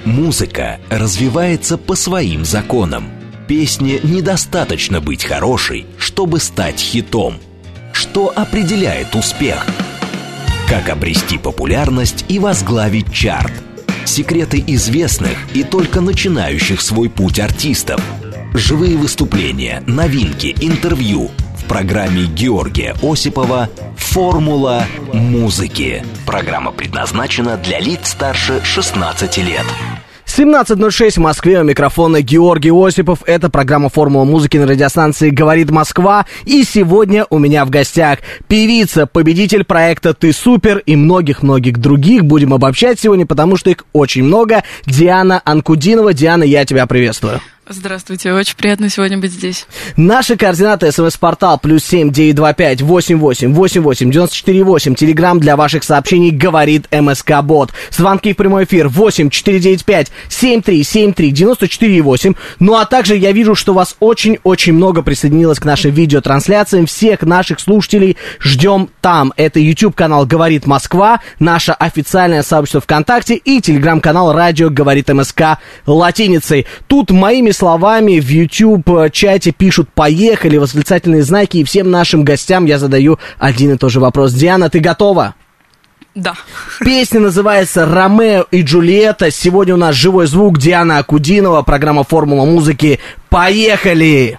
Музыка развивается по своим законам. Песне недостаточно быть хорошей, чтобы стать хитом. Что определяет успех? Как обрести популярность и возглавить чарт? Секреты известных и только начинающих свой путь артистов. Живые выступления, новинки, интервью. В программе Георгия Осипова «Формула музыки». Программа предназначена для лиц старше 16 лет. 17:06 в Москве, у микрофона Георгий Осипов. Это программа «Формула музыки» на радиостанции «Говорит Москва». И сегодня у меня в гостях певица, победитель проекта «Ты супер» и многих-многих других. Будем обобщать сегодня, потому что их очень много. Диана Анкудинова. Диана, я тебя приветствую. Здравствуйте, очень приятно сегодня быть здесь. Наши координаты: СМС-портал +7 925 88 88 94 8. Телеграм для ваших сообщений «Говорит МСК-бот». Звонки в прямой эфир 8 495 73 73 94 8. Ну а также я вижу, что вас очень-очень много присоединилось к нашим видеотрансляциям. Всех наших слушателей ждем там. Это YouTube-канал «Говорит Москва», наше официальное сообщество ВКонтакте и телеграм-канал «Радио Говорит МСК» латиницей. Тут моими словами в YouTube-чате пишут «Поехали», восклицательные знаки, и всем нашим гостям я задаю один и тот же вопрос. Диана, ты готова? Да. Песня называется «Ромео и Джульетта». Сегодня у нас живой звук. Диана Анкудинова, программа «Формула музыки». Поехали!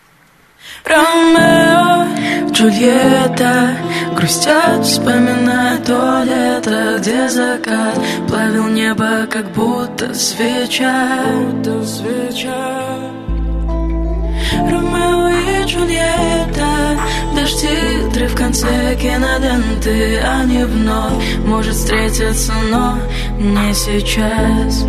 Ромео, Джульетта грустят, вспоминая то лето, где закат плавил небо, как будто свеча. Ромео и Джульетта, дождь, титры в конце киноленты, они вновь может встретиться, но не сейчас.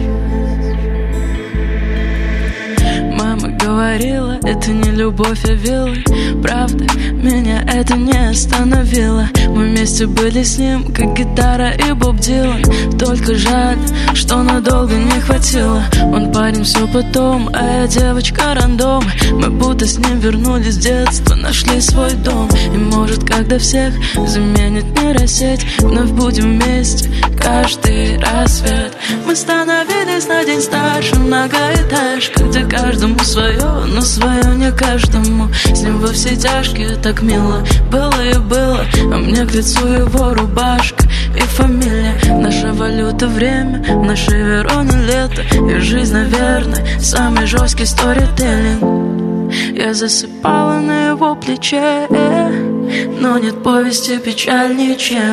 Мама говорила, это не любовь, а виллы. Правда, меня это не остановило. Мы вместе были с ним, как гитара и Боб Дилан. Только жаль, что надолго не хватило. Он парень все потом, а я девочка рандом. Мы будто с ним вернулись в детство, нашли свой дом. И может, когда всех заменит нейросеть, вновь будем вместе каждый рассвет. Мы становились на день старше, многоэтажка, где каждому свое, но свое не каждому. С ним во все тяжкие, так мило было и было. А мне к лицу его рубашка и фамилия. Наша валюта время, нашей Вероны лето. И жизнь, наверное, самый жесткий сторителлинг. Я засыпала на его плече, но нет повести печальнее, чем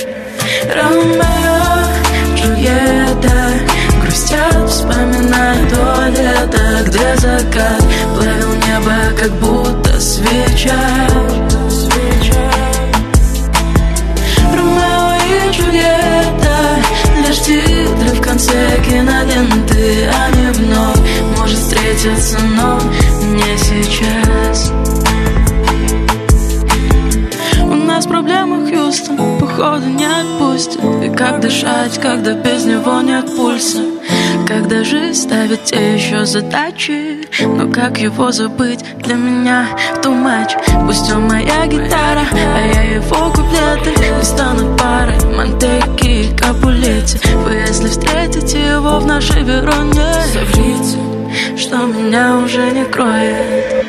Ромео, Джульетта грустят, вспоминая то лето, где закат плавил небо, как будто свеча. Ромео и Джульетта, лишь титры в конце киноленты, они вновь может встретиться, но не сейчас. У нас проблемы, Хьюстон, походу не отпустят. И как дышать, когда без него нет пульса? Когда жизнь ставит те еще задачи, но как его забыть для меня too much? Пусть он моя гитара, а я его куплеты. Не станут парой Монтеки и Капулетти. Вы если встретите его в нашей Вероне, соврите, что меня уже не кроет.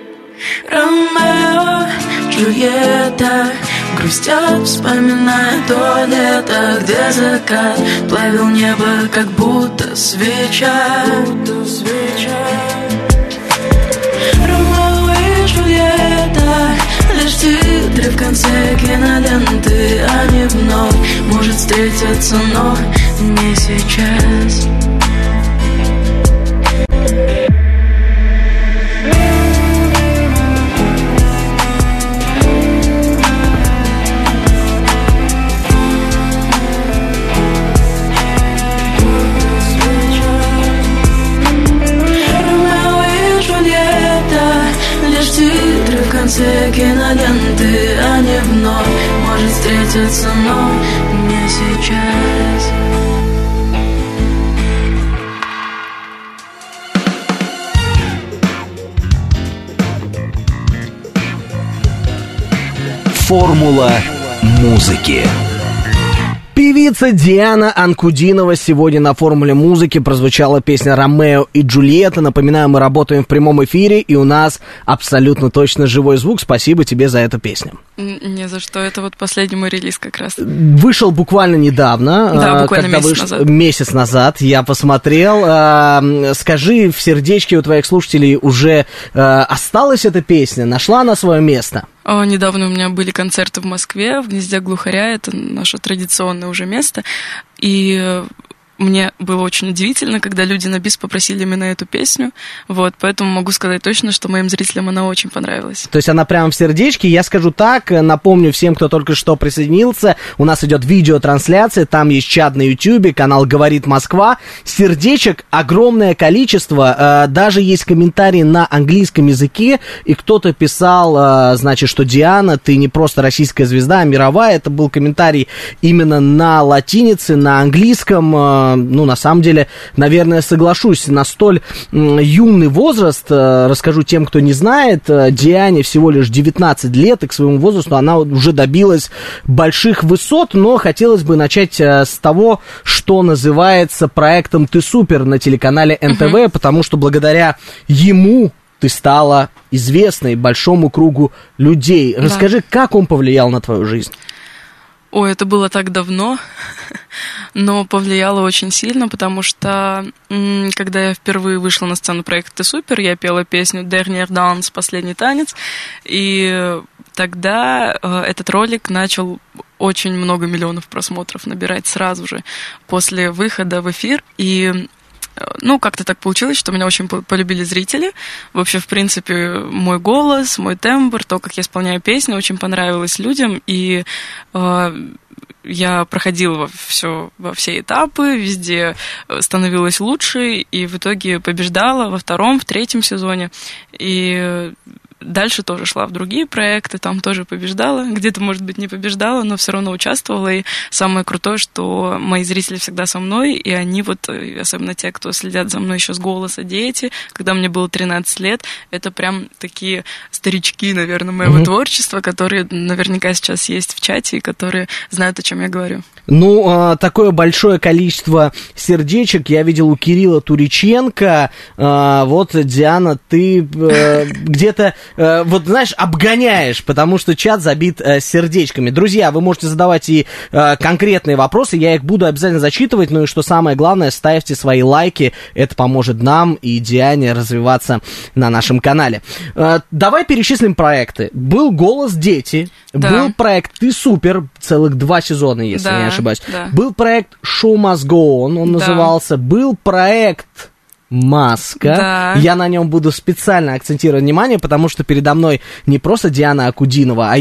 Ромео, Джульетта грустят, вспоминая то лето, где закат плавил небо, как будто свеча. Ромео и Джульетта, лишь титры в конце киноленты, они вновь может встретиться, но не сейчас. В конце киноленты, они вновь может встретиться, но не сейчас. Формула музыки. певица Диана Анкудинова. Сегодня на «Формуле музыки» прозвучала песня «Ромео и Джульетта». Напоминаю, мы работаем в прямом эфире, и у нас абсолютно точно живой звук. Спасибо тебе за эту песню. Не за что, это вот последний мой релиз как раз. Вышел буквально недавно. Да, буквально месяц назад. Я посмотрел. Скажи, в сердечке у твоих слушателей уже осталась эта песня? Нашла она свое место? Недавно у меня были концерты в Москве, в «Гнезде глухаря», это наше традиционное уже место, и мне было очень удивительно, когда люди на бис попросили именно эту песню, вот, поэтому могу сказать точно, что моим зрителям она очень понравилась. То есть она прямо в сердечке. Я скажу так, напомню всем, кто только что присоединился, у нас идет видеотрансляция, там есть чат на YouTube, канал «Говорит Москва». Сердечек огромное количество, даже есть комментарии на английском языке, и кто-то писал, значит, что Диана, ты не просто российская звезда, а мировая. Это был комментарий именно на латинице, на английском. Ну, на самом деле, наверное, соглашусь, на столь юный возраст, расскажу тем, кто не знает, Диане всего лишь 19 лет, и к своему возрасту она уже добилась больших высот, но хотелось бы начать с того, что называется проектом «Ты супер» на телеканале НТВ, потому что благодаря ему ты стала известной большому кругу людей. Расскажи, как он повлиял на твою жизнь? Ой, это было так давно, но повлияло очень сильно, потому что, когда я впервые вышла на сцену проекта «Ты супер», я пела песню «Dernier Dance», «Последний танец», и тогда этот ролик начал очень много миллионов просмотров набирать сразу же после выхода в эфир, и ну, как-то так получилось, что меня очень полюбили зрители. Вообще, в принципе, мой голос, мой тембр, то, как я исполняю песни, очень понравилось людям. И я проходила во все этапы, везде становилась лучше, и в итоге побеждала во 2-м, в 3-м сезоне. И дальше тоже шла в другие проекты, там тоже побеждала, где-то, может быть, не побеждала, но все равно участвовала, и самое крутое, что мои зрители всегда со мной, и они вот, особенно те, кто следят за мной еще с «Голоса», дети, когда мне было 13 лет, это прям такие старички, наверное, моего творчества, которые наверняка сейчас есть в чате, и которые знают, о чем я говорю. Ну, такое большое количество сердечек я видел у Кирилла Туриченко. Вот, Диана, ты где-то, вот, знаешь, обгоняешь, потому что чат забит сердечками. Друзья, вы можете задавать и конкретные вопросы, я их буду обязательно зачитывать, ну и что самое главное, ставьте свои лайки, это поможет нам и Диане развиваться на нашем канале. Давай перечислим проекты. Был «Голос дети», был проект «Ты супер», целых 2 сезона, если не ошибаюсь. Да. Был проект «Show Must Go On», он назывался. Был проект «Маска». Да. Я на нем буду специально акцентировать внимание, потому что передо мной не просто Диана Анкудинова,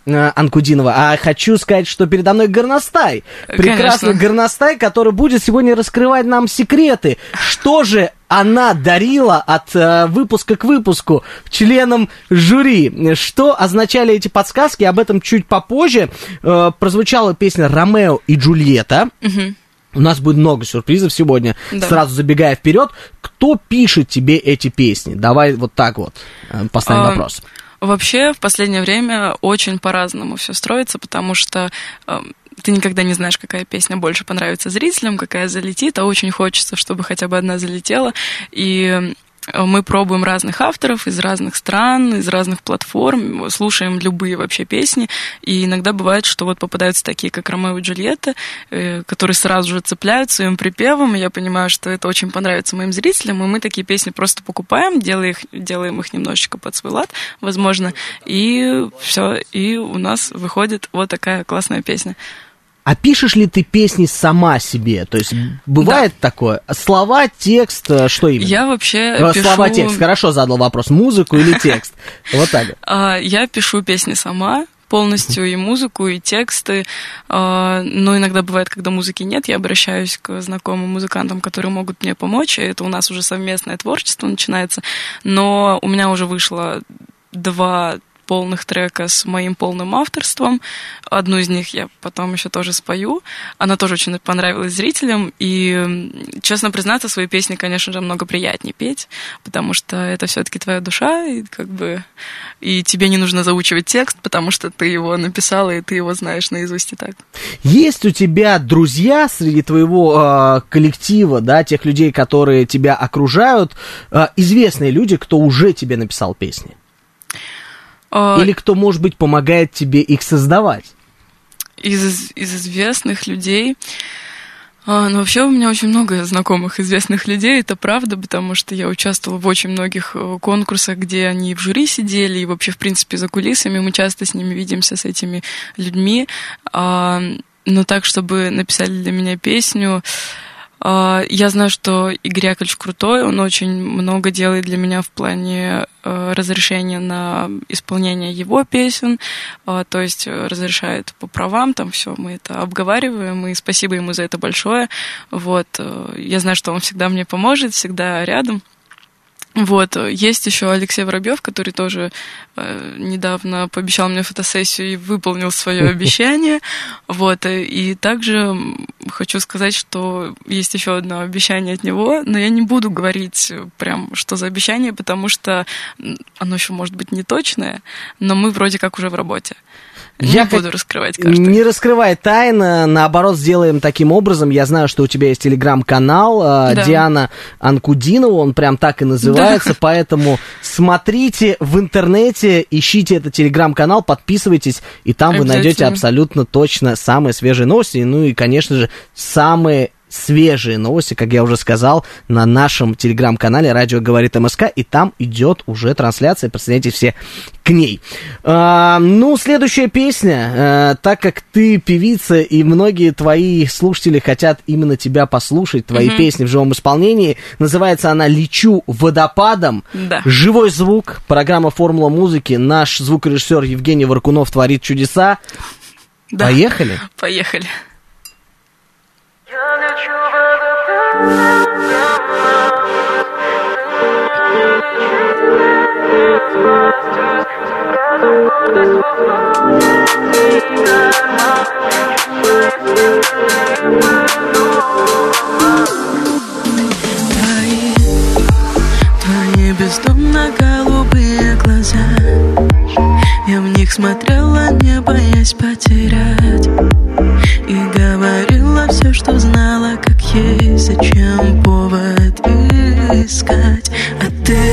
а хочу сказать, что передо мной горностай. Прекрасный горностай, который будет сегодня раскрывать нам секреты. Что же она дарила от выпуска к выпуску членам жюри? Что означали эти подсказки? Об этом чуть попозже. Прозвучала песня «Ромео и Джульетта». У нас будет много сюрпризов сегодня. Да. Сразу забегая вперед, кто пишет тебе эти песни? Давай вот так вот поставим вопрос. Вообще, в последнее время очень по-разному все строится, потому что ты никогда не знаешь, какая песня больше понравится зрителям, какая залетит, а очень хочется, чтобы хотя бы одна залетела. И мы пробуем разных авторов из разных стран, из разных платформ, слушаем любые вообще песни, и иногда бывает, что вот попадаются такие, как «Ромео и Джульетта», которые сразу же цепляют своим припевом, и я понимаю, что это очень понравится моим зрителям, и мы такие песни просто покупаем, делаем их немножечко под свой лад, возможно, и все, и у нас выходит вот такая классная песня. А пишешь ли ты песни сама себе? То есть бывает такое? Слова, текст, что именно? Я вообще пишу... Слова, текст. Хорошо задал вопрос. Музыку или текст? Вот так. Я пишу песни сама. Полностью и музыку, и тексты. Но иногда бывает, когда музыки нет, я обращаюсь к знакомым музыкантам, которые могут мне помочь. Это у нас уже совместное творчество начинается. Но у меня уже вышло 2 полных трека с моим полным авторством. Одну из них я потом еще тоже спою. Она тоже очень понравилась зрителям. И, честно признаться, свои песни, конечно же, много приятнее петь, потому что это все-таки твоя душа, и как бы и тебе не нужно заучивать текст, потому что ты его написала, и ты его знаешь наизусть и так. Есть у тебя друзья среди твоего коллектива, да, тех людей, которые тебя окружают, известные люди, кто уже тебе написал песни? Или кто, может быть, помогает тебе их создавать? Из известных людей... Ну, вообще у меня очень много знакомых известных людей, это правда, потому что я участвовала в очень многих конкурсах, где они в жюри сидели, и вообще, в принципе, за кулисами мы часто с ними видимся, с этими людьми. Но так, чтобы написали для меня песню... Я знаю, что Игорь Яковлевич крутой, он очень много делает для меня в плане разрешения на исполнение его песен, то есть разрешает по правам, там все, мы это обговариваем, и спасибо ему за это большое. Вот. Я знаю, что он всегда мне поможет, всегда рядом. Вот, есть еще Алексей Воробьев, который тоже недавно пообещал мне фотосессию и выполнил свое обещание. Вот, и также хочу сказать, что есть еще одно обещание от него, но я не буду говорить прям, что за обещание, потому что оно еще может быть не точное, но мы вроде как уже в работе. Не буду раскрывать каждый. Не раскрывай тайны, наоборот, сделаем таким образом. Я знаю, что у тебя есть телеграм-канал, да. Диана Анкудинова, он прям так и называется, да. Поэтому смотрите в интернете, ищите этот телеграм-канал, подписывайтесь, и там вы найдете абсолютно точно самые свежие новости, ну и, конечно же, самые свежие новости, как я уже сказал, на нашем телеграм-канале «Радио говорит МСК», и там идет уже трансляция, присоединяйтесь все к ней. Ну, следующая песня, так как ты певица, и многие твои слушатели хотят именно тебя послушать, твои песни в живом исполнении, называется она «Лечу водопадом», да. Живой звук, программа «Формула музыки», наш звукорежиссер Евгений Варкунов творит чудеса. Да. Поехали? Поехали. Я лечу Твои бездумно-голубые глаза, я в них смотрела, не боясь потерять, и говорила все, что знала, как есть, зачем повод искать. А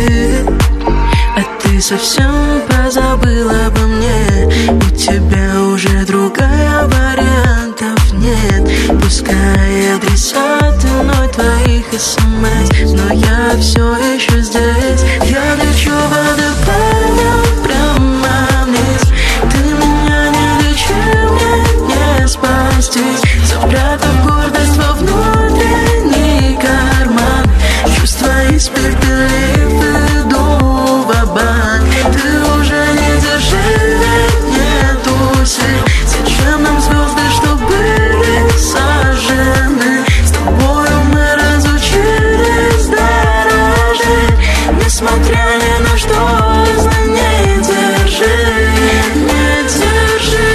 ты совсем позабыла обо мне, у тебя уже другая, вариантов нет. Пускай адресат иной твоих смс, но я все еще здесь. Я лечу водопадом прямо вниз, ты меня не лечи, мне не спастись. Запрятав гордость во внутренний карман, чувства испепелив, иду ва-банк. Ты уже не держи, нету сил. Зачем нам звезды, что были сожжены? С тобою мы разучились дорожить, несмотря ни на что, не держи, не держи.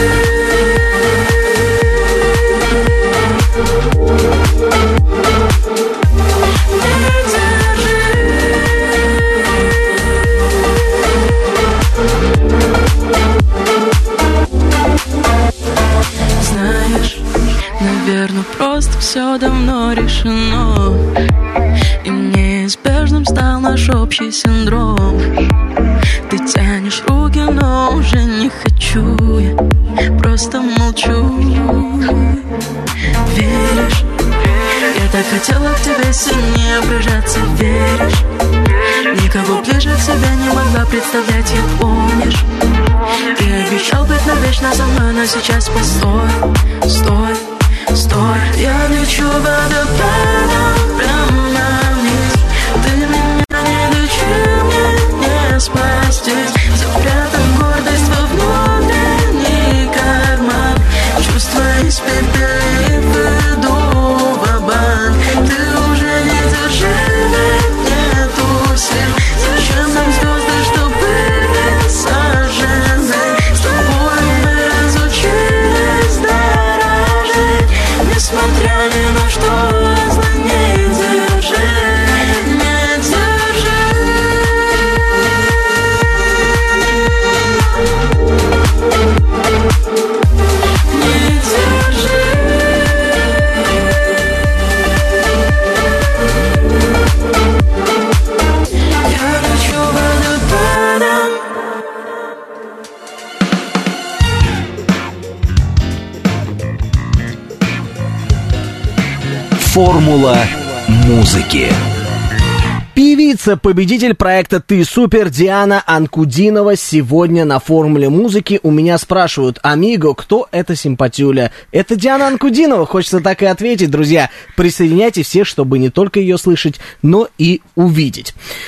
Знаешь, наверное, просто все давно решено, и неизбежным стал наш общий синдром. Ты тянешь руки, но уже не хочу, я просто молчу. Веришь? Я так хотела к тебе сильнее прижаться, веришь? Никого ближе к себе не могла представлять, я помнишь? Ты обещал быть навечно со мной, но сейчас постой, стой, стой. Я лечу водопадом прямо вниз, ты меня не лечи, мне не спастись. Запрятав гордость во внутренний карман, чувства испепелив, иду ва-банк. Ты уже не держи, нету сил. Зачем нам звезды, что были сожжены? Формула музыки. Певица, победитель проекта «Ты супер» Диана Анкудинова сегодня на «Формуле музыки». У меня спрашивают: «Амиго, кто эта симпатюля?» Это Диана Анкудинова, хочется так и ответить, друзья. Присоединяйтесь все, чтобы не только ее слышать, но и увидеть.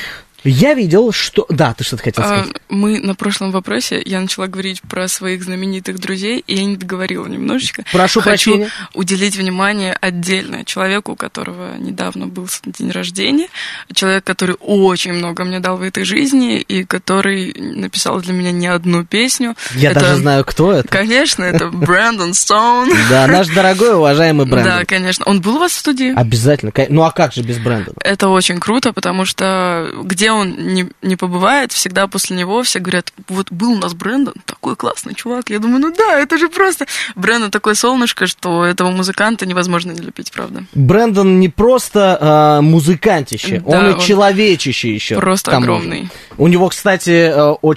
Я видел, что... Да, ты что-то хотел сказать. Мы на прошлом вопросе, я начала говорить про своих знаменитых друзей, и я не договорила немножечко. Прошу прощения. Хочу уделить внимание отдельно человеку, у которого недавно был день рождения. Человек, который очень много мне дал в этой жизни, и который написал для меня не одну песню. Я даже знаю, кто это. Конечно, это Брэндон Стоун. Да, наш дорогой, уважаемый Брэндон. Да, конечно. Он был у вас в студии? Обязательно. Ну а как же без Брэндона? Это очень круто, потому что где он не побывает, всегда после него все говорят: вот был у нас Брэндон, такой классный чувак. Я думаю, ну да, это же просто... Брэндон такое солнышко, что этого музыканта невозможно не любить, правда. Брэндон не просто музыкантище, да, он и человечище еще. Просто огромный. У него, кстати,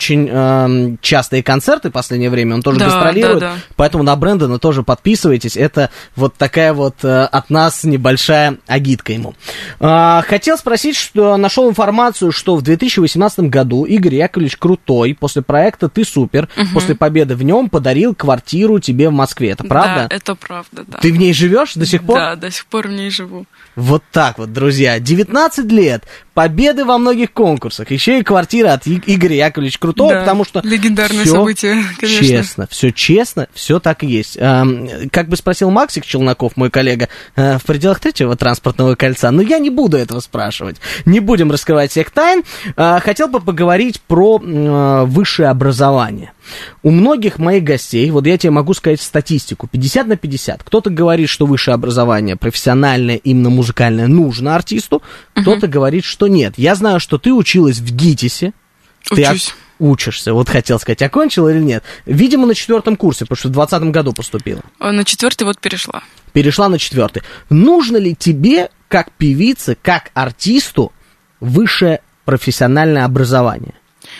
очень частые концерты в последнее время, он тоже гастролирует, да. Поэтому на Брэндона тоже подписывайтесь. Это вот такая вот от нас небольшая агитка ему. Хотел спросить, что нашел информацию, что в 2018 году Игорь Яковлевич Крутой после проекта «Ты супер», после победы в нем подарил квартиру тебе в Москве. Это правда? Да, это правда, да. Ты в ней живешь до сих пор? Да, до сих пор в ней живу. Вот так вот, друзья. 19 лет, победы во многих конкурсах, еще и квартира от Игоря Яковлевича Крутого, да, потому что... Легендарное событие, конечно. Честно, все так и есть. Как бы спросил Максик Челноков, мой коллега, в пределах третьего транспортного кольца, но я не буду этого спрашивать. Не будем раскрывать всех тайн. Хотел бы поговорить про высшее образование. У многих моих гостей, вот я тебе могу сказать статистику, 50 на 50. Кто-то говорит, что высшее образование профессиональное, именно музыкальное, нужно артисту, кто-то говорит, что нет. Я знаю, что ты училась в ГИТИСе. Учусь. Учишься, вот хотел сказать, окончила или нет? Видимо, на 4 курсе, потому что в 2020 году поступила. На 4 вот перешла. Перешла на 4. Нужно ли тебе, как певице, как артисту, высшее профессиональное образование?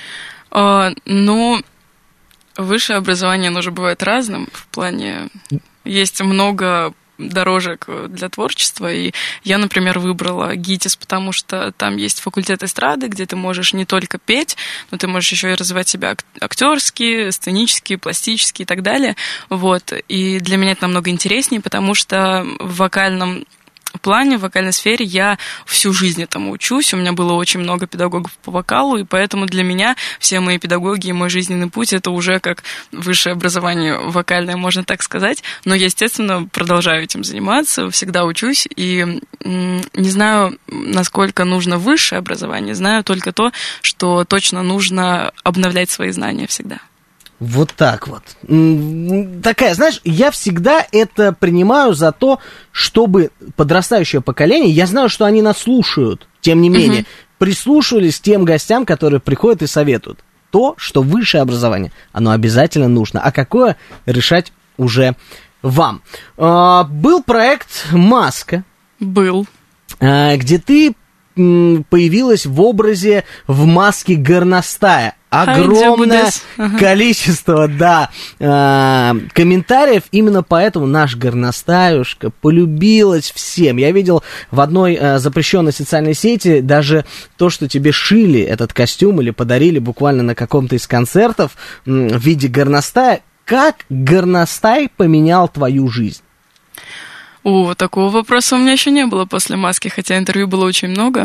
Высшее образование, оно же бывает разным, в плане... Есть много дорожек для творчества, и я, например, выбрала ГИТИС, потому что там есть факультет эстрады, где ты можешь не только петь, но ты можешь еще и развивать себя актерски, сценически, пластически и так далее. Вот. И для меня это намного интереснее, потому что в вокальном плане, в вокальной сфере я всю жизнь этому учусь. У меня было очень много педагогов по вокалу, и поэтому для меня все мои педагоги и мой жизненный путь — это уже как высшее образование вокальное, можно так сказать. Но я, естественно, продолжаю этим заниматься, всегда учусь, и не знаю, насколько нужно высшее образование, знаю только то, что точно нужно обновлять свои знания всегда. Вот так вот. Такая, знаешь, я всегда это принимаю за то, чтобы подрастающее поколение, я знаю, что они нас слушают, тем не менее, прислушивались к тем гостям, которые приходят и советуют. То, что высшее образование, оно обязательно нужно. А какое, решать уже вам. Был проект «Маска». Был. Где ты появилась в образе в маске горностая. Огромное количество, да, комментариев. Именно поэтому наш горностаюшка полюбилась всем. Я видел в одной запрещенной социальной сети даже то, что тебе шили этот костюм или подарили буквально на каком-то из концертов в виде горностая. Как горностай поменял твою жизнь? Такого вопроса у меня еще не было после «Маски», хотя интервью было очень много.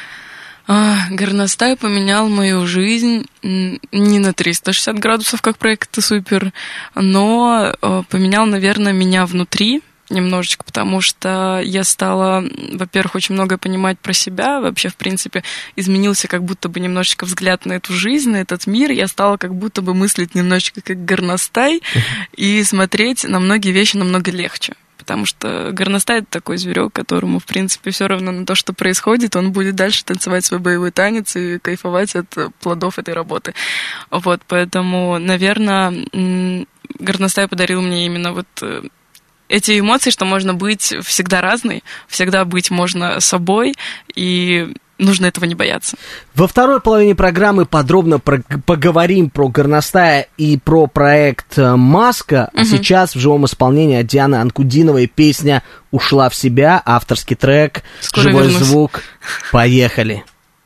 Горностай поменял мою жизнь не на 360 градусов, как проект «Ты супер», но поменял, наверное, меня внутри немножечко, потому что я стала, во-первых, очень многое понимать про себя. Вообще, в принципе, изменился как будто бы немножечко взгляд на эту жизнь, на этот мир. Я стала как будто бы мыслить немножечко как горностай и смотреть на многие вещи намного легче. Потому что горностай — это такой зверек, которому, в принципе, все равно на то, что происходит, он будет дальше танцевать свой боевой танец и кайфовать от плодов этой работы. Вот, поэтому, наверное, горностай подарил мне именно вот эти эмоции, что можно быть всегда разной, всегда быть можно собой, и нужно этого не бояться. Во второй половине программы подробно поговорим про горностая и про проект «Маска». А сейчас в живом исполнении от Дианы Анкудиновой песня «Ушла в себя», авторский трек, скоро живой вернусь. звук. Поехали.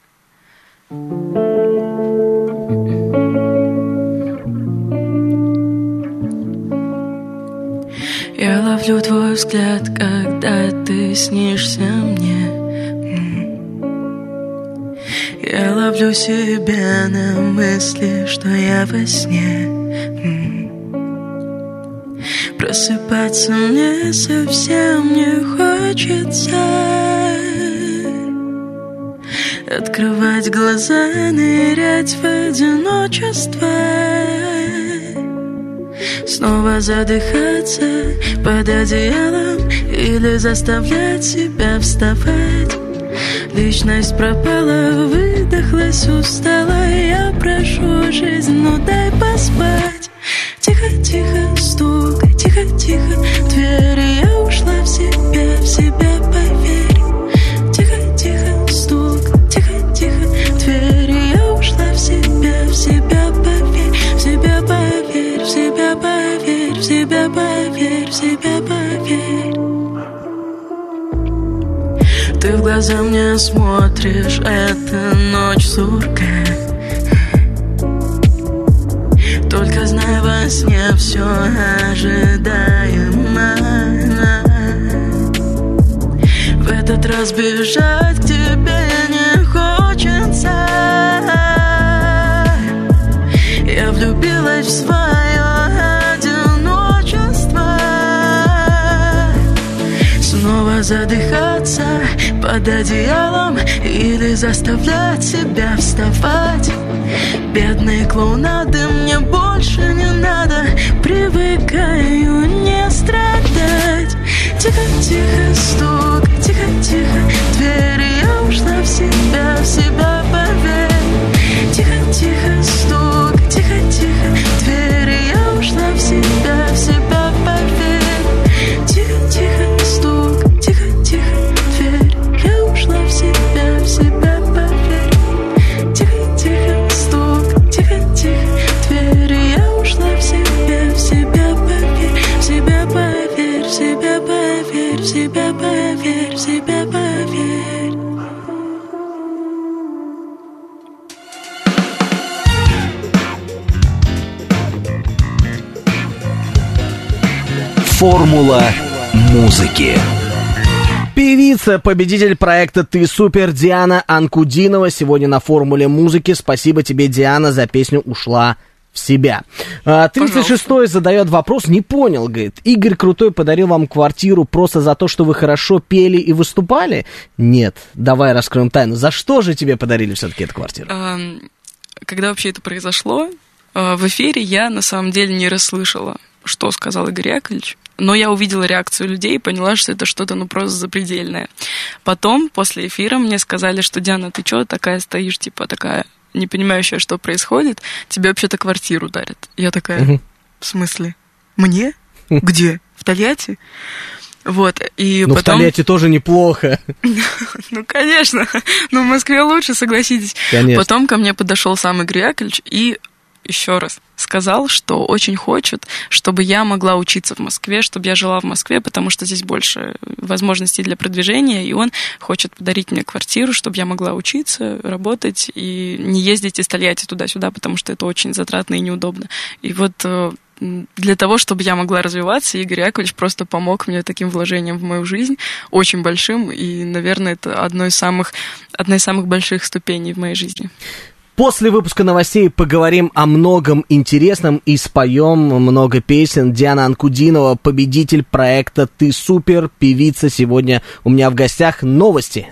Я ловлю твой взгляд, когда ты снишься мне. Я ловлю себя на мысли, что я во сне. Просыпаться мне совсем не хочется. Открывать глаза, нырять в одиночество. Снова задыхаться под одеялом или заставлять себя вставать. Личность пропала, выдохлась, устала. Я прошу жизнь, ну дай поспать. Тихо-тихо стук, тихо-тихо двери. Я ушла в себя поверь. Тихо-тихо стук, тихо-тихо двери. Я ушла в себя поверь. В себя поверь, в себя поверь, в себя поверь, в себя поверь. Ты в глаза мне смотришь, это ночь сурка. Только знай, во сне все ожидаемо. В этот раз бежать к тебе не хочется. Я влюбилась в свое одиночество. Снова задыхаться под одеялом или заставлять себя вставать. Бедные клоунады, мне больше не надо. Привыкаю не страдать. Тихо-тихо стук, тихо-тихо двери. Я ушла в себя поверь. Тихо-тихо стук, тихо-тихо двери. Я ушла в себя поверь. Тихо-тихо стук, тихо-тихо дверь. Я ушла в себя поверь. Тихо-тихо стук, тихо-тихо двери. Я ушла в себя поверь. В себя поверь, в себя поверь, в себя поверь, в себя поверь. Формула музыки. Певица, победитель проекта «Ты супер» Диана Анкудинова сегодня на «Формуле музыки». Спасибо тебе, Диана, за песню «Ушла в себя». 36-й задает вопрос, не понял, говорит, Игорь Крутой подарил вам квартиру просто за то, что вы хорошо пели и выступали? Нет, давай раскроем тайну. За что же тебе подарили все-таки эту квартиру? Когда вообще это произошло, в эфире я на самом деле не расслышала, что сказал Игорь Яковлевич. Но я увидела реакцию людей и поняла, что это что-то, просто запредельное. Потом, после эфира, мне сказали, что Диана, ты что такая стоишь, такая не понимающая, что происходит, тебе вообще-то квартиру дарят. Я такая, в смысле? Мне? Где? В Тольятти? Вот, и потом... в Тольятти тоже неплохо. Конечно. В Москве лучше, согласитесь. Конечно. Потом ко мне подошел сам Игорь Яковлевич и еще раз сказал, что очень хочет, чтобы я могла учиться в Москве, чтобы я жила в Москве, потому что здесь больше возможностей для продвижения, и он хочет подарить мне квартиру, чтобы я могла учиться, работать и не ездить из Тольятти туда-сюда, потому что это очень затратно и неудобно. И вот для того, чтобы я могла развиваться, Игорь Яковлевич просто помог мне таким вложением в мою жизнь, очень большим, и, наверное, это одна из самых больших ступеней в моей жизни. После выпуска новостей поговорим о многом интересном и споем много песен. Диана Анкудинова, победитель проекта «Ты супер», певица. Сегодня у меня в гостях новости.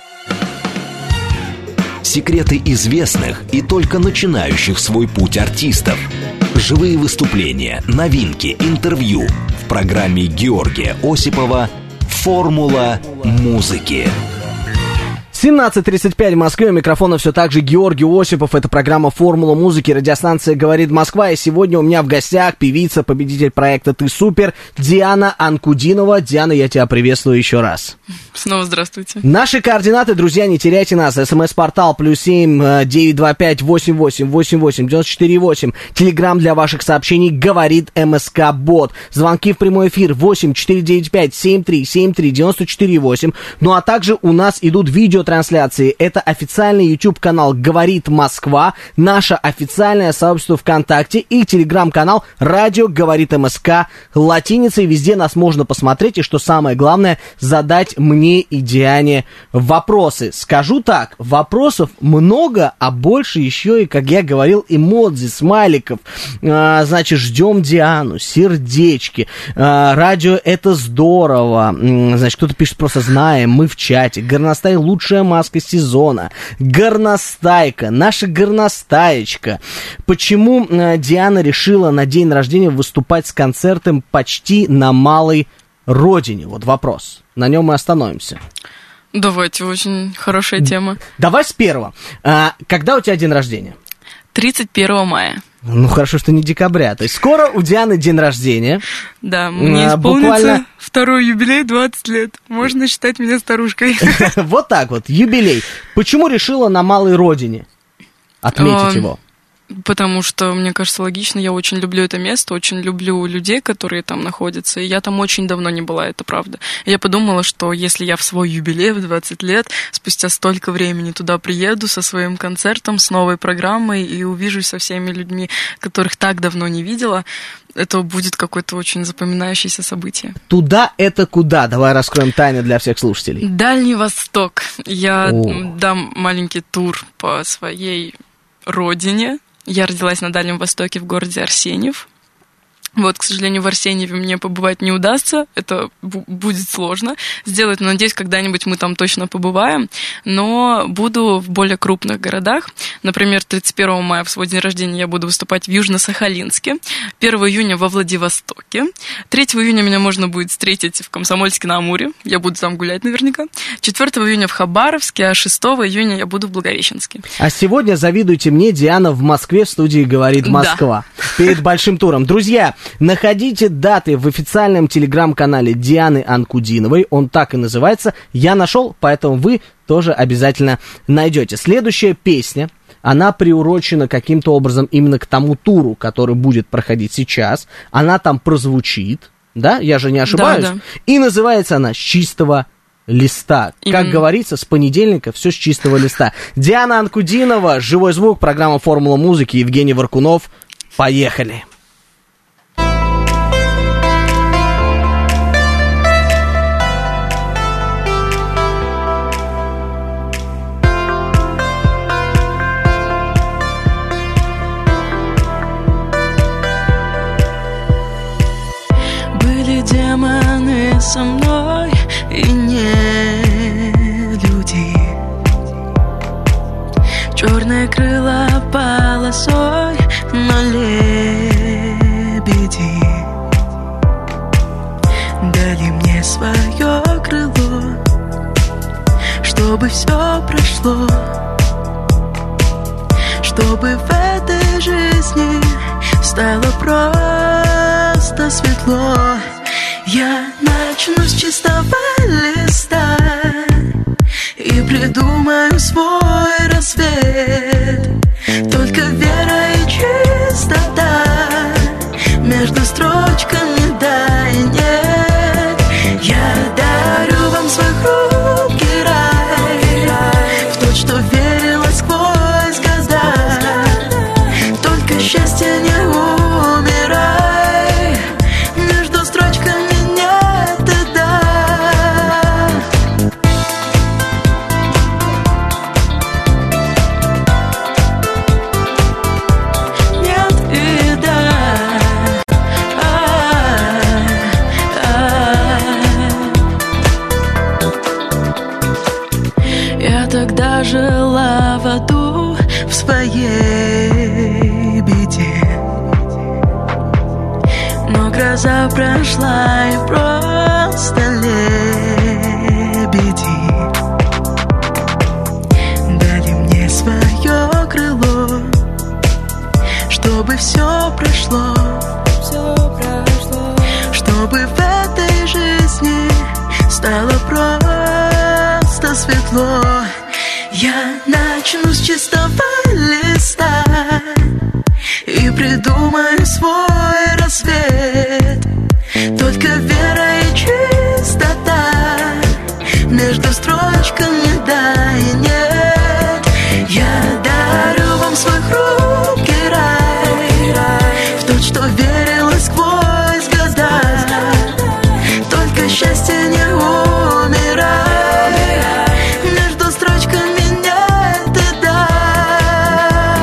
Секреты известных и только начинающих свой путь артистов. Живые выступления, новинки, интервью. В программе Георгия Осипова «Формула музыки». 17:35 в Москве. У микрофона все так же Георгий Осипов. Это программа «Формула музыки». Радиостанция «Говорит Москва». И сегодня у меня в гостях певица, победитель проекта «Ты супер» Диана Анкудинова. Диана, я тебя приветствую еще раз. Снова здравствуйте. Наши координаты, друзья, не теряйте нас. СМС-портал +7 925 88 88 94 8. Телеграм для ваших сообщений «Говорит МСК Бот». Звонки в прямой эфир 8 495 73 73 94 8. Ну а также у нас идут видеотрансляции. Это официальный YouTube-канал «Говорит Москва», наше официальное сообщество ВКонтакте и телеграм-канал «Радио Говорит МСК» латиницей. Везде нас можно посмотреть и, что самое главное, задать мне и Диане вопросы. Скажу так, вопросов много, а больше еще и, как я говорил, эмодзи, смайликов. Значит, ждем Диану, сердечки. Радио — это здорово. Значит, кто-то пишет просто «знаем», мы в чате. Горностай — лучшая маска сезона. Горностайка, наша горностаечка. Почему Диана решила на день рождения выступать с концертом почти на малой родине? Вот вопрос. На нем мы остановимся. Давайте, очень хорошая тема. Давай с первого. Когда у тебя день рождения? 31 мая. Ну, хорошо, что не декабря. То есть скоро у Дианы день рождения. Да, мне исполнится второй юбилей, 20 лет. Можно считать меня старушкой. Вот так вот, юбилей. Почему решила на малой родине отметить его? Потому что, мне кажется, логично, я очень люблю это место, очень люблю людей, которые там находятся, и я там очень давно не была, это правда. И я подумала, что если я в свой юбилей в 20 лет, спустя столько времени туда приеду со своим концертом, с новой программой и увижусь со всеми людьми, которых так давно не видела, это будет какое-то очень запоминающееся событие. Туда это куда? Давай раскроем тайны для всех слушателей. Дальний Восток. Я дам маленький тур по своей родине. Я родилась на Дальнем Востоке в городе Арсеньев. Вот, к сожалению, в Арсеньеве мне побывать не удастся, это будет сложно сделать, но надеюсь, когда-нибудь мы там точно побываем, но буду в более крупных городах. Например, 31 мая в свой день рождения я буду выступать в Южно-Сахалинске, 1 июня во Владивостоке, 3 июня меня можно будет встретить в Комсомольске-на-Амуре, я буду там гулять наверняка, 4 июня в Хабаровске, а 6 июня я буду в Благовещенске. А сегодня завидуйте мне, Диана в Москве в студии «Говорит Москва» перед большим туром. Друзья, находите даты в официальном телеграм-канале Дианы Анкудиновой. Он так и называется. Я нашел, поэтому вы тоже обязательно найдете. Следующая песня, она приурочена каким-то образом именно к тому туру, который будет проходить сейчас. Она там прозвучит, да? Я же не ошибаюсь. Да. И называется она «С чистого листа». Как говорится, с понедельника все с чистого листа. Диана Анкудинова, «Живой звук», программа «Формула музыки», Евгений Варкунов. Поехали! Демоны со мной и не люди. Черные крыла полосой, но лебеди дали мне свое крыло, чтобы все прошло, чтобы в этой жизни стало просто светло. Я начну с чистого листа и придумаю свой рассвет. Только вера и чистота между строчками да и нет. Я дарю вам свой хрупкий рай, в то, что верила сквозь года. Только счастье не умирай, между строчками. Жила в аду в своей беде, но гроза прошла и просто лебеди все прошло, чтобы в этой жизни стало просто светло. Я начну с чистого листа и придумаю свой рассвет. Только вера и чистота между строчками да и нет. Я дарю вам свой хрупкий рай, в то, что верила сквозь года. Только счастье не умирай, между строчками нет и да.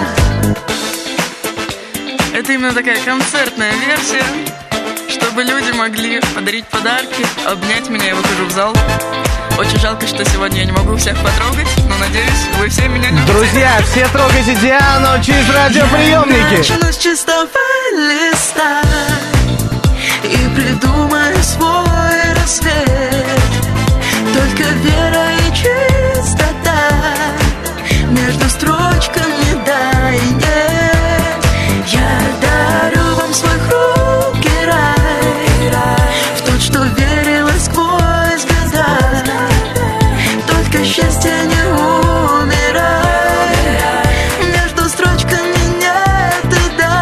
Это именно такая концертная версия, чтобы люди могли подарить подарки, обнять меня, я выхожу в зал. Очень жалко, что сегодня я не могу всех потрогать, но надеюсь, вы все меня любите. Друзья, все трогайте Диану через радиоприемники. Я начну с чистого листа и придумаю свой рассвет. Только вера и чистота между строчками да и нет. Я дарю вам свой хрупкий рай, в то, что верила сквозь года. Только счастье не умирай, между строчками нет и да.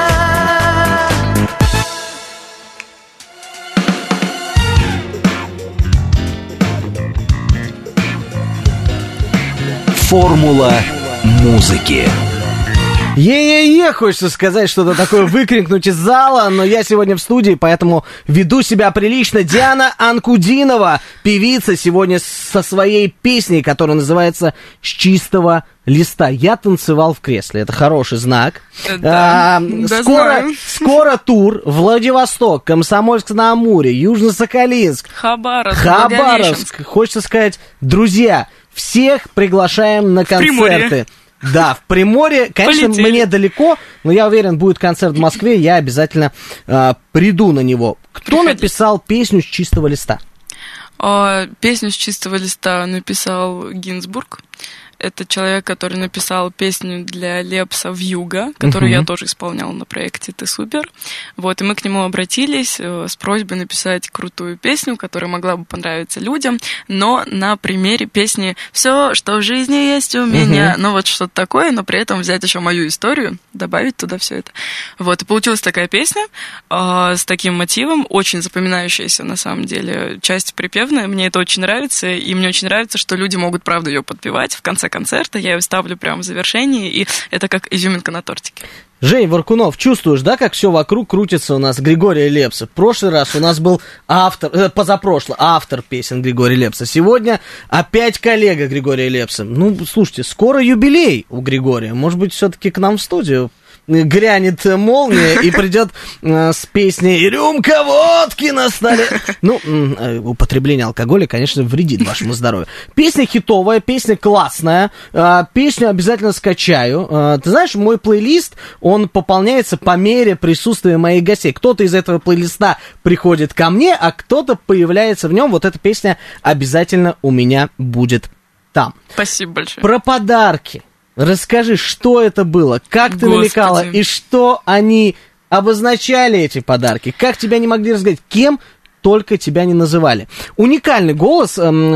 Формула музыки. Е-е-е, хочется сказать что-то такое, выкрикнуть из зала, но я сегодня в студии, поэтому веду себя прилично. Диана Анкудинова, певица, сегодня со своей песней, которая называется «С чистого листа». Я танцевал в кресле, это хороший знак. Да, скоро тур: Владивосток, Комсомольск-на-Амуре, Южно-Сахалинск, Хабаровск. Хочется сказать, друзья, всех приглашаем на концерты. Да, в Приморье, конечно, полетели. Мне далеко, но я уверен, будет концерт в Москве, я обязательно приду на него. Кто написал песню «С чистого листа»? Песню «С чистого листа» написал Гинзбург. Это человек, который написал песню для Лепса «Вьюга», которую я тоже исполняла на проекте «Ты супер». Вот, и мы к нему обратились с просьбой написать крутую песню, которая могла бы понравиться людям, но на примере песни «Все, что в жизни есть у меня», ну вот что-то такое, но при этом взять еще мою историю, добавить туда все это. Вот, и получилась такая песня с таким мотивом, очень запоминающаяся на самом деле, часть припевная, мне это очень нравится, и мне очень нравится, что люди могут, правда, ее подпевать в конце концерта, я ее ставлю прямо в завершении, и это как изюминка на тортике. Жень Варкунов, чувствуешь, да, как все вокруг крутится у нас Григория Лепса? В прошлый раз у нас был позапрошлый автор песен Григория Лепса. Сегодня опять коллега Григория Лепса. Ну, слушайте, скоро юбилей у Григория. Может быть, все-таки к нам в студию грянет молния и придет с песней «Рюмка водки на столе». Ну, употребление алкоголя, конечно, вредит вашему здоровью. Песня хитовая, песня классная, песню обязательно скачаю. Ты знаешь, мой плейлист, он пополняется по мере присутствия моих гостей. Кто-то из этого плейлиста приходит ко мне, а кто-то появляется в нем. Вот эта песня обязательно у меня будет там. Спасибо большое. Про подарки. Расскажи, что это было, как ты намекала, и что они обозначали, эти подарки, как тебя не могли рассказать, кем только тебя не называли. Уникальный голос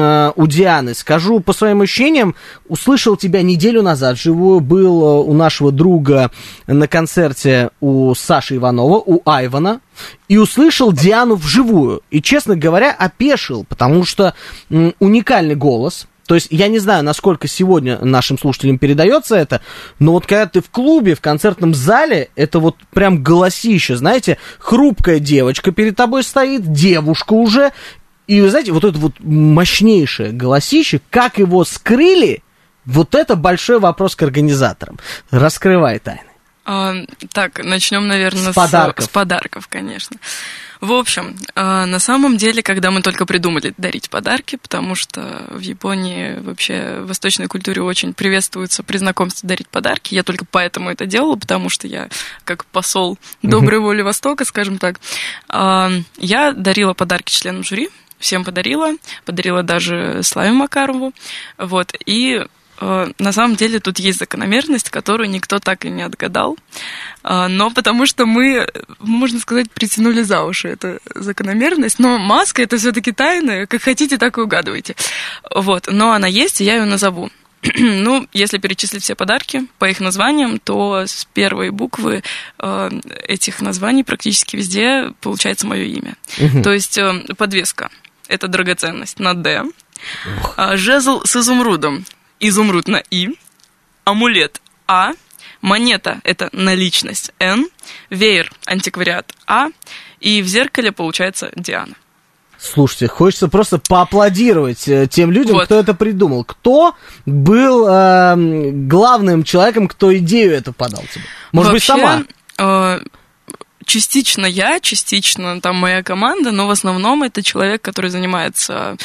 у Дианы, скажу по своим ощущениям, услышал тебя неделю назад вживую, был у нашего друга на концерте у Саши Иванова, у Айвана, и услышал Диану вживую, и, честно говоря, опешил, потому что уникальный голос. То есть я не знаю, насколько сегодня нашим слушателям передается это, но вот когда ты в клубе, в концертном зале, это вот прям голосище, знаете, хрупкая девочка перед тобой стоит, девушка уже, и вы знаете, вот это вот мощнейшее голосище, как его скрыли, вот это большой вопрос к организаторам. Раскрывай тайны. Так, начнем, наверное, с подарков, конечно. В общем, на самом деле, когда мы только придумали дарить подарки, потому что в Японии вообще в восточной культуре очень приветствуется при знакомстве дарить подарки, я только поэтому это делала, потому что я как посол доброй воли Востока, скажем так, я дарила подарки членам жюри, всем подарила даже Славе Макарову, вот, и На самом деле тут есть закономерность, которую никто так и не отгадал, но потому что мы, можно сказать, притянули за уши эту закономерность, но маска — это все-таки тайна, как хотите, так и угадывайте. Вот, но она есть, и я ее назову. Ну, если перечислить все подарки по их названиям, то с первой буквы этих названий практически везде получается мое имя. То есть подвеска — это драгоценность на «Д», жезл с изумрудом — изумруд на «И», амулет — «А», монета — это наличность — «Н», веер — антиквариат — «А», и в зеркале получается Диана. Слушайте, хочется просто поаплодировать тем людям, кто это придумал. Кто был главным человеком, кто идею эту подал тебе? Может быть, сама? Частично я, частично там моя команда, но в основном это человек, который занимается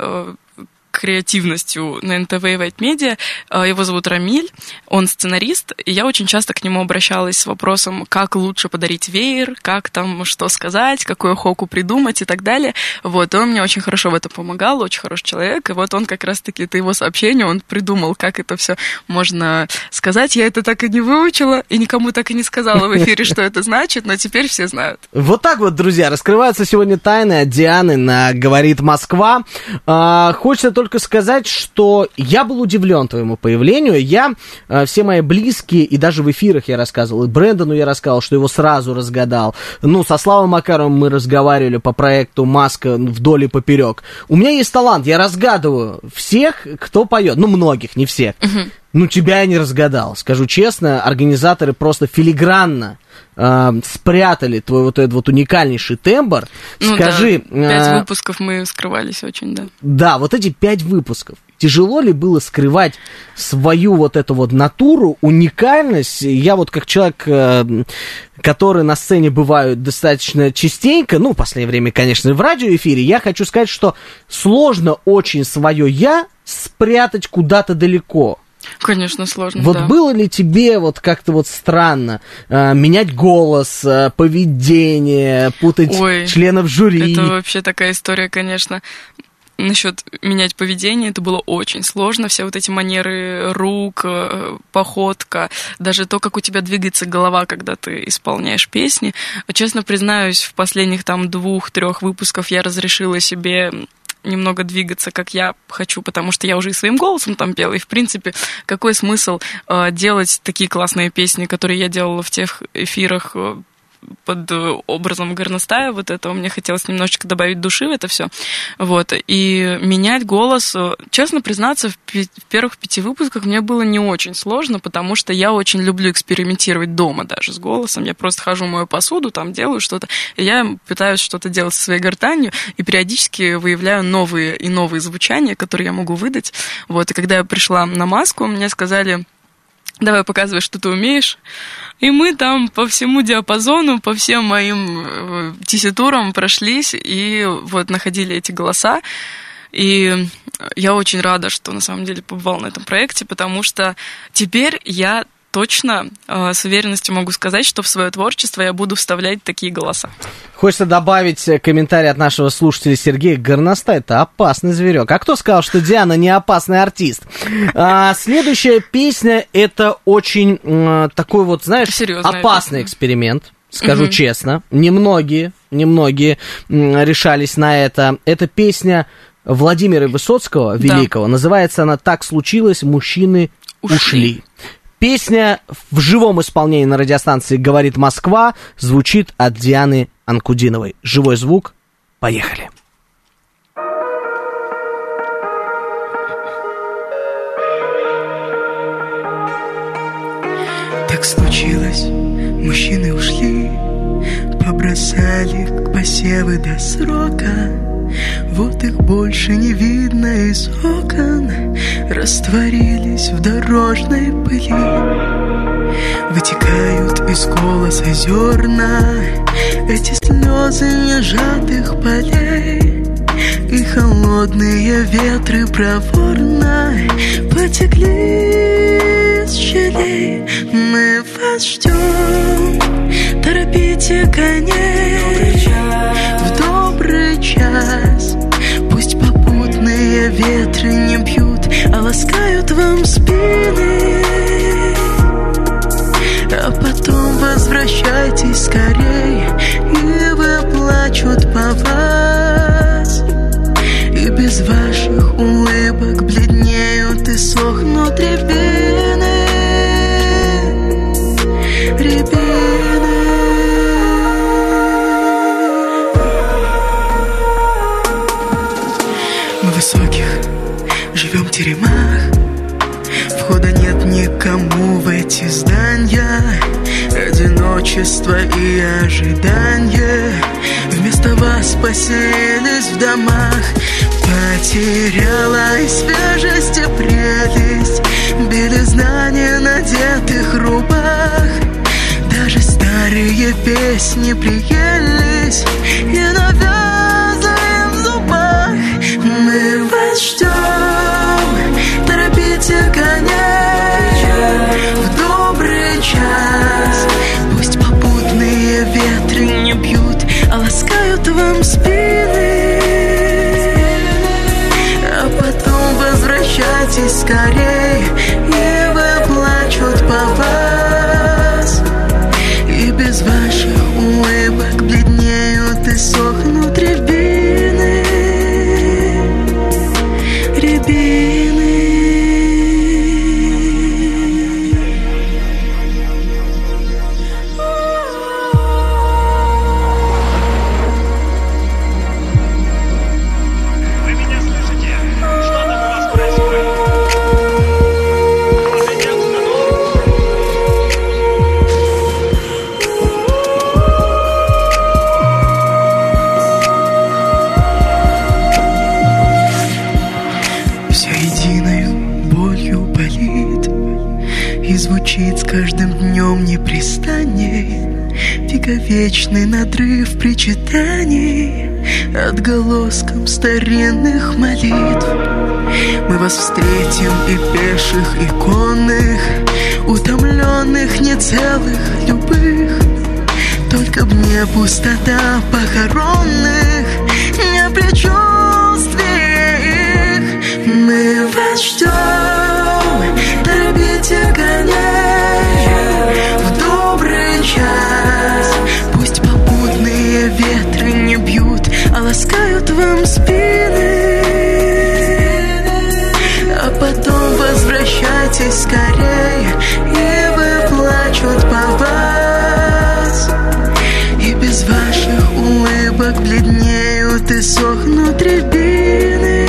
креативностью на НТВ и White Media. Его зовут Рамиль, он сценарист, и я очень часто к нему обращалась с вопросом, как лучше подарить веер, как там что сказать, какую хоку придумать и так далее. Вот, и он мне очень хорошо в этом помогал, очень хороший человек, и вот он как раз-таки, это его сообщение, он придумал, как это все можно сказать. Я это так и не выучила, и никому так и не сказала в эфире, что это значит, но теперь все знают. Вот так вот, друзья, раскрываются сегодня тайны от Дианы на «Говорит Москва». Хочется только сказать, что я был удивлен твоему появлению. Все мои близкие, и даже в эфирах я рассказывал, и Брэндону я рассказывал, что его сразу разгадал. Ну, со Славой Макаровым мы разговаривали по проекту «Маска» вдоль и поперек. У меня есть талант, я разгадываю всех, кто поет. Ну, многих, не всех. Ну, тебя я не разгадал. Скажу честно, организаторы просто филигранно спрятали твой вот этот вот уникальнейший тембр. Ну, скажи... Да, 5 выпусков мы скрывались очень, да. Да, вот эти 5 выпусков. Тяжело ли было скрывать свою вот эту вот натуру, уникальность? Я вот как человек, который на сцене бывает достаточно частенько, ну, в последнее время, конечно, в радиоэфире, я хочу сказать, что сложно очень свое «я» спрятать куда-то далеко. Конечно, сложно, вот да. Было ли тебе вот как-то вот странно менять голос, поведение, путать членов жюри? Это вообще такая история, конечно. Насчет менять поведение, это было очень сложно. Все вот эти манеры рук, походка, даже то, как у тебя двигается голова, когда ты исполняешь песни. Честно признаюсь, в последних там 2-3 выпусках я разрешила себе немного двигаться, как я хочу, потому что я уже и своим голосом там пела, и, в принципе, какой смысл делать такие классные песни, которые я делала в тех эфирах под образом горностая, вот этого мне хотелось немножечко добавить души в это все, вот, и менять голос, честно признаться, в первых 5 выпусках мне было не очень сложно, потому что я очень люблю экспериментировать дома даже с голосом, я просто хожу, мою посуду, там делаю что-то, и я пытаюсь что-то делать со своей гортанью, и периодически выявляю новые и новые звучания, которые я могу выдать, вот, и когда я пришла на «Маску», мне сказали: давай показывай, что ты умеешь. И мы там по всему диапазону, по всем моим тесситурам прошлись и вот находили эти голоса. И я очень рада, что на самом деле побывала на этом проекте, потому что теперь я точно с уверенностью могу сказать, что в свое творчество я буду вставлять такие голоса. Хочется добавить комментарий от нашего слушателя Сергея: горностай — это опасный зверек. А кто сказал, что Диана не опасный артист? Следующая песня — это очень такой вот, знаешь, серьезная опасный песня. Эксперимент, скажу честно. Немногие решались на это. Это песня Владимира Высоцкого, великого. Да. Называется она «Так случилось, мужчины ушли». Песня в живом исполнении на радиостанции «Говорит Москва» звучит от Дианы Анкудиновой. Живой звук. Поехали. Так случилось, мужчины ушли, побросали посевы до срока. Вот их больше не видно из окон, растворились в дорожной пыли. Вытекают из голоса зерна, эти слезы нежатых полей, и холодные ветры проворно потекли из щелей. Мы вас ждем, торопите коней в добрый час. Пусть попутные ветры не бьют, а ласкают вам спины, а потом возвращайтесь скорей, ивы плачут по вас, и без ваших улыбок бледнеют и сохнут рябины, рябины. Мы в высоких живем в теремах, входа нет никому в эти здания. Одиночество и ожидание вместо вас поселились в домах. Потеряла и свежесть, и прелесть белизна ненадетых рубах. Даже старые песни приелись и навязали в зубах. Мы вас ждем, торопите коней в добрый час. Пусть попутные ветры не бьют, а ласкают вам спины, а потом возвращайтесь скорей, ивы плачут по вас, и без ваших улыбок бледнеют и сохнут рябины, рябины. Вы меня слышите? Что там у вас происходит? Все единою болью болит и звучит с каждым днем непрестанней вековечный надрыв причитаний отголоском старинных молитв. Мы вас встретим и пеших, и конных, утомленных, нецелых, любых. Только б не пустота похоронных, не предчувствие их. Мы вас ждем, торопите коней в добрый час. Пусть попутные ветры не бьют, а ласкают вам спины, а потом возвращайтесь скорей, ивы плачут по вас, и без ваших улыбок бледнеют и сохнут рябины,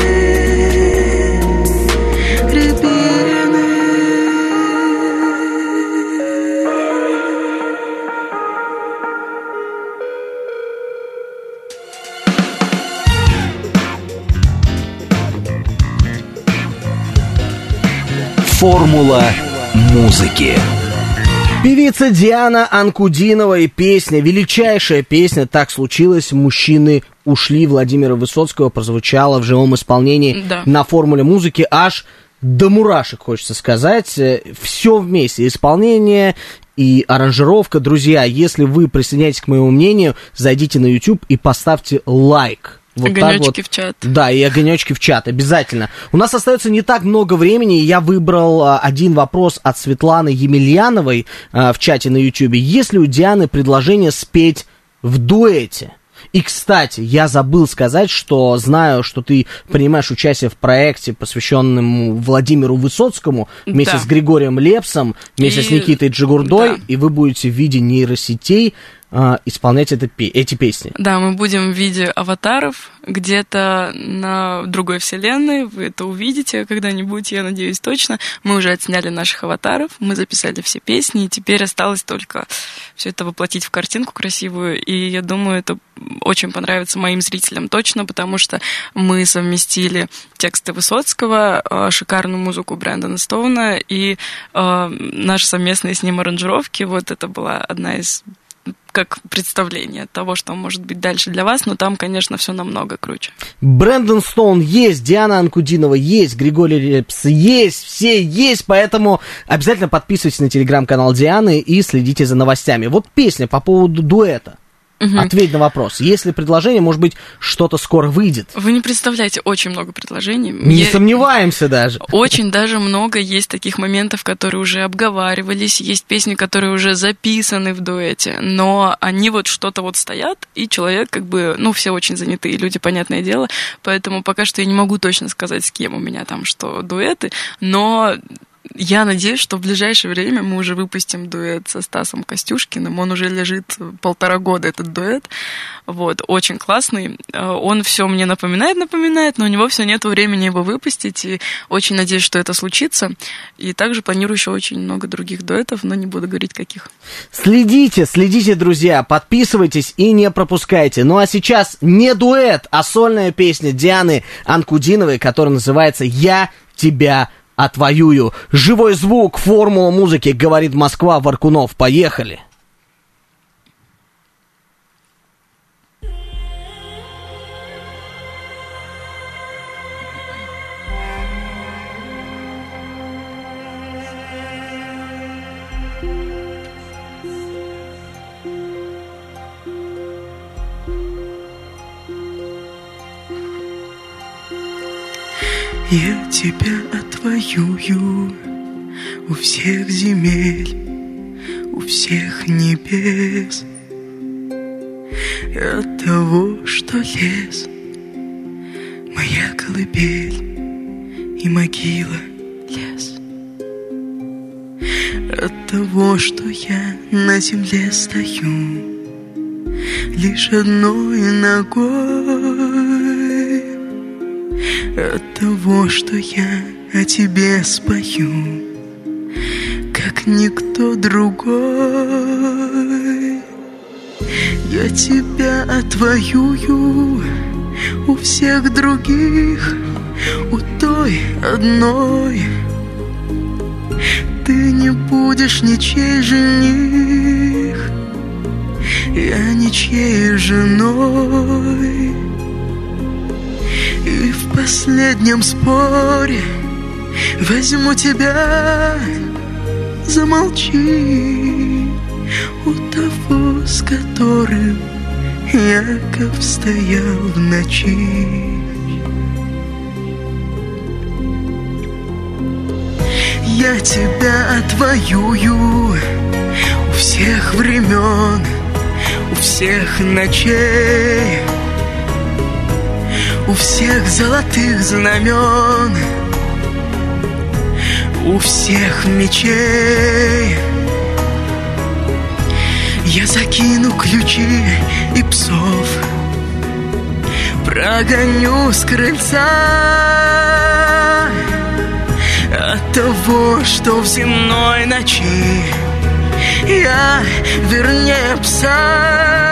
рябины. Формула музыки. Певица Диана Анкудинова и песня, величайшая песня «Так случилось, мужчины ушли» Владимира Высоцкого прозвучала в живом исполнении на формуле музыки аж до мурашек, хочется сказать. Все вместе, исполнение и аранжировка. Друзья, если вы присоединяетесь к моему мнению, зайдите на YouTube и поставьте лайк. Вот огонечки в чат. Да, и огонечки в чат, обязательно. У нас остается не так много времени, и я выбрал один вопрос от Светланы Емельяновой в чате на Ютьюбе. Есть ли у Дианы предложение спеть в дуэте? И, кстати, я забыл сказать, что знаю, что ты принимаешь участие в проекте, посвященном Владимиру Высоцкому, вместе с Григорием Лепсом, вместе с Никитой Джигурдой, и вы будете в виде нейросетей исполнять эти песни. Да, мы будем в виде аватаров где-то на другой вселенной. Вы это увидите когда-нибудь, я надеюсь, точно. Мы уже отсняли наших аватаров, мы записали все песни, и теперь осталось только все это воплотить в картинку красивую. И я думаю, это очень понравится моим зрителям точно, потому что мы совместили тексты Высоцкого, шикарную музыку Брэндона Стоуна и наши совместные с ним аранжировки. Вот это была одна из как представление того, что может быть дальше для вас, но там, конечно, все намного круче. Брэндон Стоун есть, Диана Анкудинова есть, Григорий Лепс есть, все есть, поэтому обязательно подписывайтесь на телеграм-канал Дианы и следите за новостями. Вот песня по поводу дуэта. Ответь на вопрос. Если предложение, может быть, что-то скоро выйдет. Вы не представляете, очень много предложений. Не сомневаемся даже. Очень даже много есть таких моментов, которые уже обговаривались, есть песни, которые уже записаны в дуэте, но они вот что-то вот стоят, и человек как бы, ну, все очень занятые люди, понятное дело, поэтому пока что я не могу точно сказать, с кем у меня там что дуэты, но... Я надеюсь, что в ближайшее время мы уже выпустим дуэт со Стасом Костюшкиным. Он уже лежит 1,5 года, этот дуэт. Вот, очень классный. Он все мне напоминает, но у него все нет времени его выпустить. И очень надеюсь, что это случится. И также планирую еще очень много других дуэтов, но не буду говорить, каких. Следите, друзья, подписывайтесь и не пропускайте. Ну а сейчас не дуэт, а сольная песня Дианы Анкудиновой, которая называется «Я тебя отвоюю». Живой звук, формула музыки, говорит Москва, Варкунов. Поехали. Я тебя отвоюю у всех земель, у всех небес. От того, что лес моя колыбель и могила лес. От того, что я на земле стою лишь одной ногой. От того, что я о тебе спою, как никто другой. Я тебя отвоюю у всех других, у той одной. Ты не будешь ничей жених, я ничьей женой. И в последнем споре возьму тебя, замолчи, у того, с которым Яков стоял в ночи. Я тебя отвоюю у всех времен, у всех ночей, у всех золотых знамен, у всех мечей. Я закину ключи и псов, прогоню с крыльца. От того, что в земной ночи я вернее пса.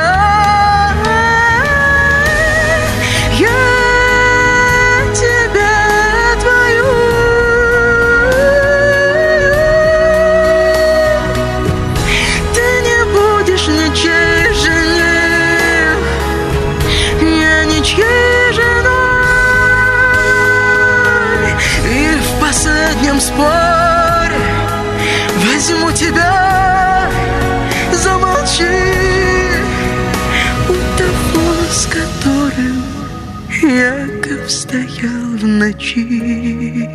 Споре возьму тебя, замолчи, у того, с которым Яков стоял в ночи.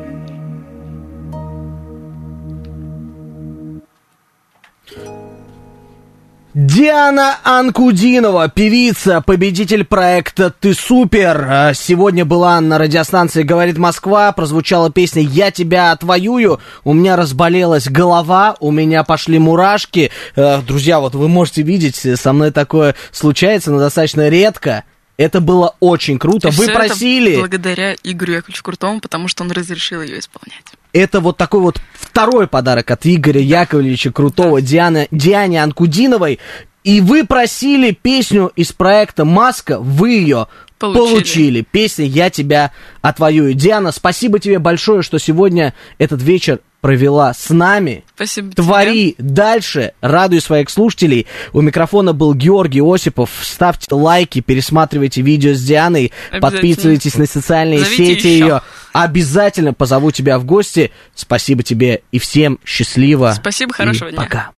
Диана Анкудинова, певица, победитель проекта «Ты супер». Сегодня была на радиостанции «Говорит Москва», прозвучала песня «Я тебя отвоюю». У меня разболелась голова, у меня пошли мурашки. Друзья, вот вы можете видеть, со мной такое случается, но достаточно редко. Это было очень круто. Вы просили... Это благодаря Игорю Яковлевичу Крутому, потому что он разрешил ее исполнять. Это вот такой вот второй подарок от Игоря Яковлевича Крутого Диане Анкудиновой. И вы просили песню из проекта «Маска», вы ее получили. Песня «Я тебя отвоюю». Диана, спасибо тебе большое, что сегодня этот вечер провела с нами. Спасибо тебе. Твори дальше, радуй своих слушателей. У микрофона был Георгий Осипов. Ставьте лайки, пересматривайте видео с Дианой, подписывайтесь на социальные сети ее. Обязательно позову тебя в гости. Спасибо тебе и всем счастливо. Спасибо, хорошего дня. Пока.